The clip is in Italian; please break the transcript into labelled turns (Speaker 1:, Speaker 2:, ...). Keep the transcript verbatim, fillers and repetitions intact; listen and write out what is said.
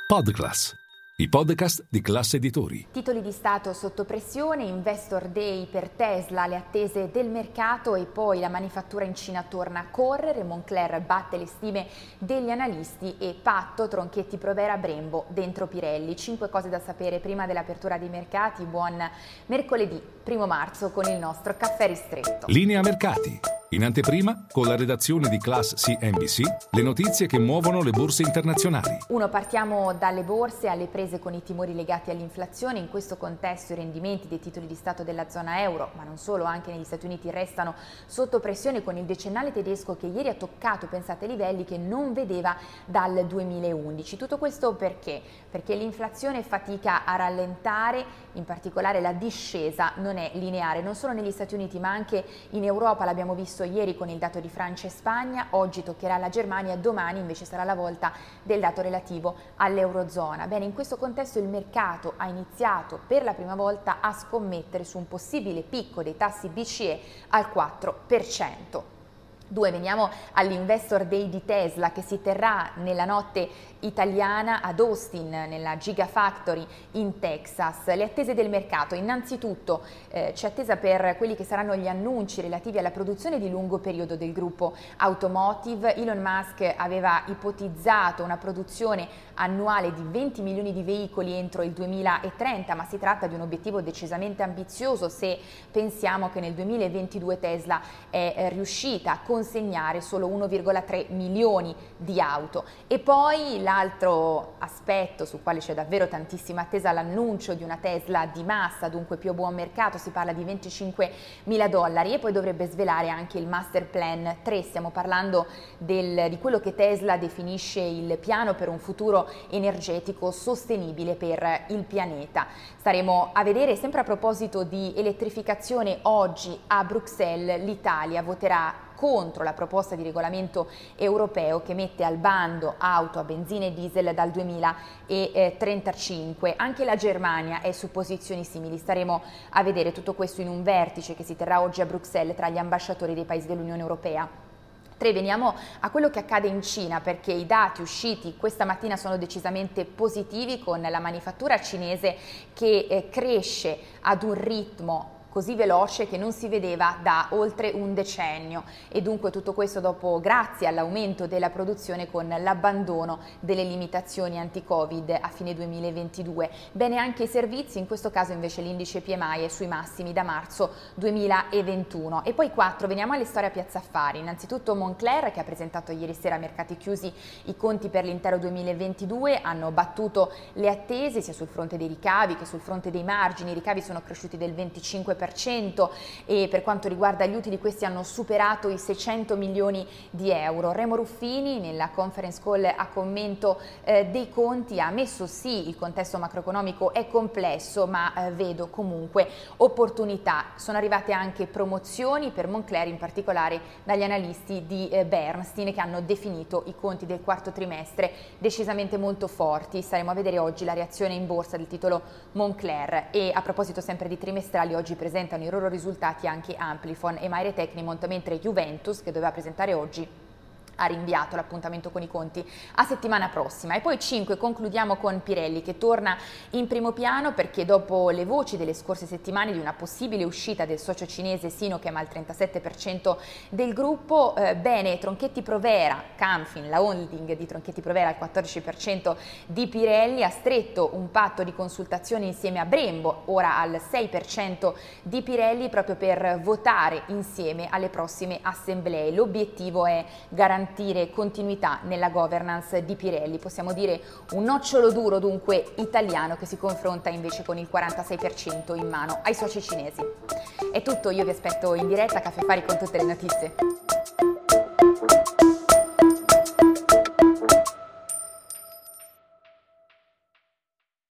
Speaker 1: Podclass, i podcast di Class Editori.
Speaker 2: Titoli di Stato sotto pressione, Investor Day per Tesla, le attese del mercato e poi la manifattura in Cina torna a correre, Moncler batte le stime degli analisti e patto Tronchetti Provera Brembo dentro Pirelli. Cinque cose da sapere prima dell'apertura dei mercati. Buon mercoledì primo marzo con il nostro caffè ristretto.
Speaker 1: Linea mercati. In anteprima, con la redazione di Class C N B C, le notizie che muovono le borse internazionali.
Speaker 2: Uno, partiamo dalle borse alle prese con i timori legati all'inflazione. In questo contesto i rendimenti dei titoli di Stato della zona euro, ma non solo, anche negli Stati Uniti, restano sotto pressione con il decennale tedesco che ieri ha toccato, pensate, livelli che non vedeva dal duemilaundici. Tutto questo perché? Perché l'inflazione fatica a rallentare, in particolare la discesa non è lineare, non solo negli Stati Uniti ma anche in Europa, l'abbiamo visto ieri con il dato di Francia e Spagna, oggi toccherà la Germania, domani invece sarà la volta del dato relativo all'Eurozona. Bene, in questo contesto il mercato ha iniziato per la prima volta a scommettere su un possibile picco dei tassi B C E al quattro per cento. Due, veniamo all'Investor Day di Tesla che si terrà nella notte italiana ad Austin, nella Gigafactory in Texas. Le attese del mercato, innanzitutto eh, c'è attesa per quelli che saranno gli annunci relativi alla produzione di lungo periodo del gruppo automotive. Elon Musk aveva ipotizzato una produzione annuale di venti milioni di veicoli entro il duemilatrenta, ma si tratta di un obiettivo decisamente ambizioso se pensiamo che nel duemilaventidue Tesla è eh, riuscita a consegnare solo uno virgola tre milioni di auto. E poi l'altro aspetto sul quale c'è davvero tantissima attesa, l'annuncio di una Tesla di massa, dunque più a buon mercato, si parla di venticinquemila dollari, e poi dovrebbe svelare anche il Master Plan tre. Stiamo parlando del, di quello che Tesla definisce il piano per un futuro energetico sostenibile per il pianeta. Staremo a vedere. Sempre a proposito di elettrificazione, oggi a Bruxelles l'Italia voterà contro la proposta di regolamento europeo che mette al bando auto a benzina e diesel dal duemilatrentacinque. Anche la Germania è su posizioni simili. Staremo a vedere tutto questo in un vertice che si terrà oggi a Bruxelles tra gli ambasciatori dei paesi dell'Unione Europea. Tre, veniamo a quello che accade in Cina, perché i dati usciti questa mattina sono decisamente positivi, con la manifattura cinese che eh, cresce ad un ritmo così veloce che non si vedeva da oltre un decennio, e dunque tutto questo dopo grazie all'aumento della produzione con l'abbandono delle limitazioni anti-Covid a fine duemilaventidue. Bene anche i servizi, in questo caso invece l'indice P M I è sui massimi da marzo duemilaventuno. E poi quattro, veniamo alle storie a Piazza Affari. Innanzitutto Moncler, che ha presentato ieri sera a mercati chiusi i conti per l'intero duemilaventidue, hanno battuto le attese sia sul fronte dei ricavi che sul fronte dei margini. I ricavi sono cresciuti del venticinque per cento e per quanto riguarda gli utili questi hanno superato i seicento milioni di euro. Remo Ruffini nella conference call a commento eh, dei conti ha ammesso sì, il contesto macroeconomico è complesso, ma eh, vedo comunque opportunità. Sono arrivate anche promozioni per Moncler, in particolare dagli analisti di eh, Bernstein, che hanno definito i conti del quarto trimestre decisamente molto forti. Staremo a vedere oggi la reazione in borsa del titolo Moncler. E a proposito sempre di trimestrali, oggi presentano i loro risultati anche Amplifon e Maire Tecnimont, mentre Juventus, che doveva presentare oggi, ha rinviato l'appuntamento con i conti a settimana prossima. E poi cinque, concludiamo con Pirelli, che torna in primo piano perché dopo le voci delle scorse settimane di una possibile uscita del socio cinese Sinochem al trentasette per cento del gruppo, eh, bene, Tronchetti Provera, Camfin, la holding di Tronchetti Provera al quattordici per cento di Pirelli, ha stretto un patto di consultazione insieme a Brembo, ora al sei per cento di Pirelli, proprio per votare insieme alle prossime assemblee. L'obiettivo è garantire continuità nella governance di Pirelli. Possiamo dire un nocciolo duro dunque italiano, che si confronta invece con il quarantasei per cento in mano ai soci cinesi. È tutto, io vi aspetto in diretta a Caffè Affari con tutte le notizie.